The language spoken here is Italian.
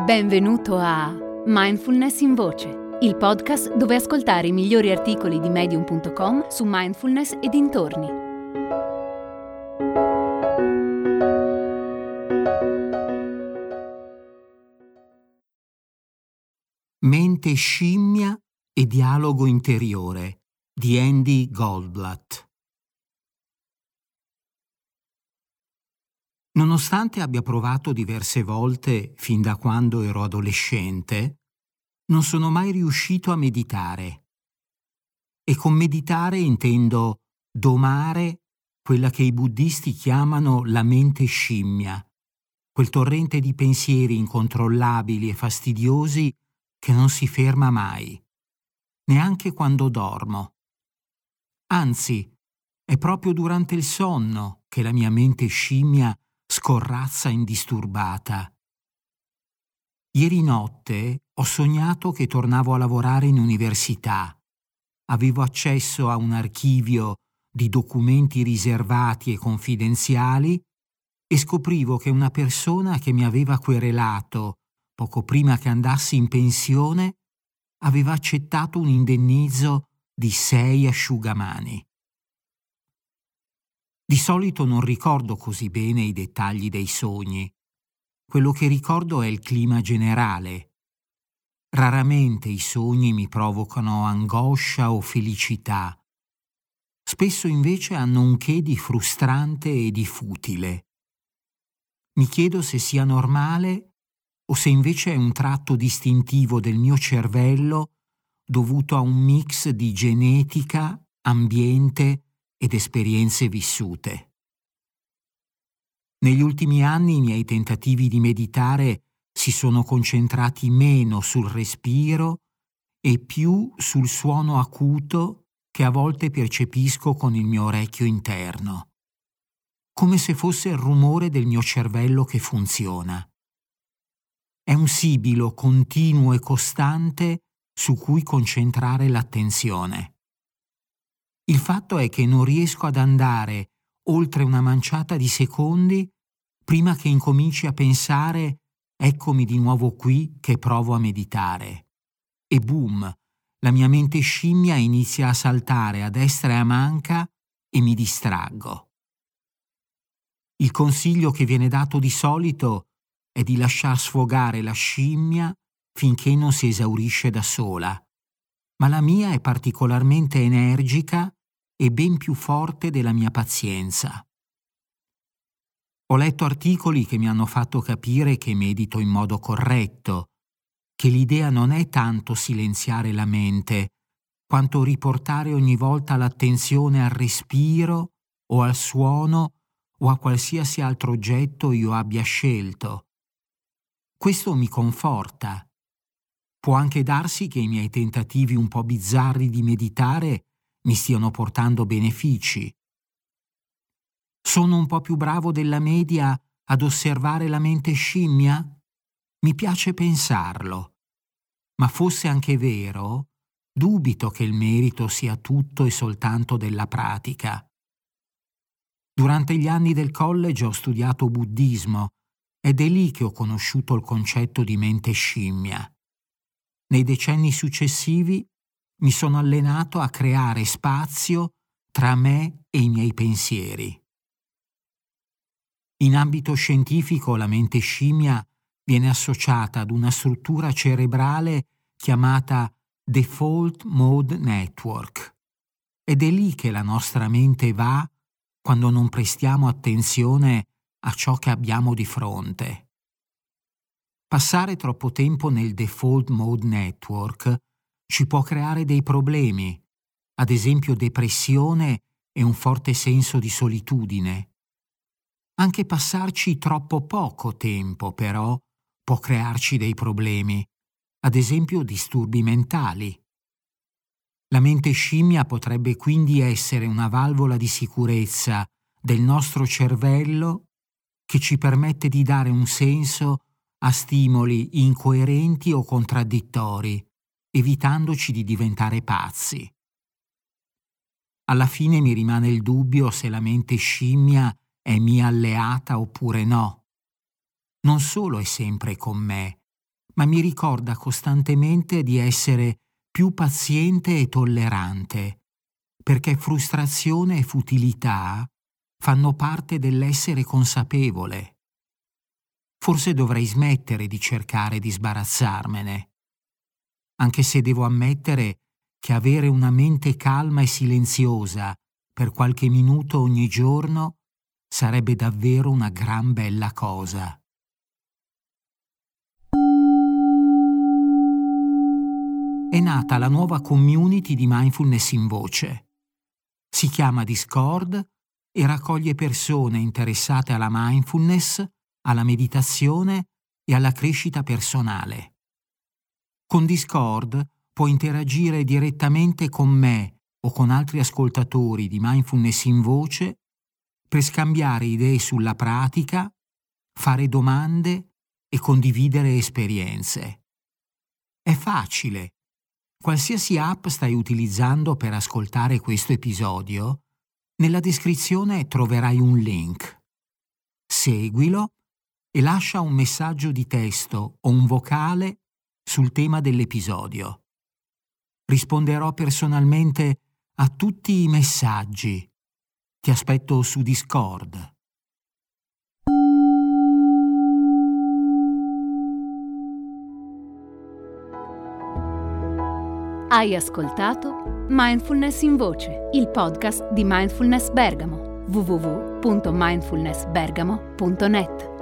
Benvenuto a Mindfulness in Voce, il podcast dove ascoltare i migliori articoli di Medium.com su mindfulness e dintorni. Mente scimmia e dialogo interiore di Andy Goldblatt. Nonostante abbia provato diverse volte fin da quando ero adolescente, non sono mai riuscito a meditare. E con meditare intendo domare quella che i buddisti chiamano la mente scimmia, quel torrente di pensieri incontrollabili e fastidiosi che non si ferma mai, neanche quando dormo. Anzi, è proprio durante il sonno che la mia mente scimmia scorrazza indisturbata. Ieri notte ho sognato che tornavo a lavorare in università. Avevo accesso a un archivio di documenti riservati e confidenziali e scoprivo che una persona che mi aveva querelato poco prima che andassi in pensione aveva accettato un indennizzo di 6 asciugamani. Di solito non ricordo così bene i dettagli dei sogni. Quello che ricordo è il clima generale. Raramente i sogni mi provocano angoscia o felicità. Spesso invece hanno un che di frustrante e di futile. Mi chiedo se sia normale o se invece è un tratto distintivo del mio cervello dovuto a un mix di genetica, ambiente ed esperienze vissute. Negli ultimi anni i miei tentativi di meditare si sono concentrati meno sul respiro e più sul suono acuto che a volte percepisco con il mio orecchio interno, come se fosse il rumore del mio cervello che funziona. È un sibilo continuo e costante su cui concentrare l'attenzione. Il fatto è che non riesco ad andare oltre una manciata di secondi prima che incominci a pensare «eccomi di nuovo qui che provo a meditare». E boom, la mia mente scimmia inizia a saltare a destra e a manca e mi distraggo. Il consiglio che viene dato di solito è di lasciar sfogare la scimmia finché non si esaurisce da sola, ma la mia è particolarmente energica e ben più forte della mia pazienza. Ho letto articoli che mi hanno fatto capire che medito in modo corretto, che l'idea non è tanto silenziare la mente, quanto riportare ogni volta l'attenzione al respiro o al suono o a qualsiasi altro oggetto io abbia scelto. Questo mi conforta. Può anche darsi che i miei tentativi un po' bizzarri di meditare mi stiano portando benefici. Sono un po' più bravo della media ad osservare la mente scimmia? Mi piace pensarlo. Ma fosse anche vero, dubito che il merito sia tutto e soltanto della pratica. Durante gli anni del college ho studiato buddismo ed è lì che ho conosciuto il concetto di mente scimmia. Nei decenni successivi mi sono allenato a creare spazio tra me e i miei pensieri. In ambito scientifico la mente scimmia viene associata ad una struttura cerebrale chiamata Default Mode Network ed è lì che la nostra mente va quando non prestiamo attenzione a ciò che abbiamo di fronte. Passare troppo tempo nel Default Mode Network ci può creare dei problemi, ad esempio depressione e un forte senso di solitudine. Anche passarci troppo poco tempo, però, può crearci dei problemi, ad esempio disturbi mentali. La mente scimmia potrebbe quindi essere una valvola di sicurezza del nostro cervello che ci permette di dare un senso a stimoli incoerenti o contraddittori, evitandoci di diventare pazzi. Alla fine mi rimane il dubbio se la mente scimmia è mia alleata oppure no. Non solo è sempre con me, ma mi ricorda costantemente di essere più paziente e tollerante, perché frustrazione e futilità fanno parte dell'essere consapevole. Forse dovrei smettere di cercare di sbarazzarmene, anche se devo ammettere che avere una mente calma e silenziosa per qualche minuto ogni giorno sarebbe davvero una gran bella cosa. È nata la nuova community di Mindfulness in Voce. Si chiama Discord e raccoglie persone interessate alla mindfulness, alla meditazione e alla crescita personale. Con Discord puoi interagire direttamente con me o con altri ascoltatori di Mindfulness in Voce per scambiare idee sulla pratica, fare domande e condividere esperienze. È facile. Qualsiasi app stai utilizzando per ascoltare questo episodio, nella descrizione troverai un link. Seguilo e lascia un messaggio di testo o un vocale sul tema dell'episodio. Risponderò personalmente a tutti i messaggi. Ti aspetto su Discord. Hai ascoltato Mindfulness in Voce, il podcast di Mindfulness Bergamo, www.mindfulnessbergamo.net.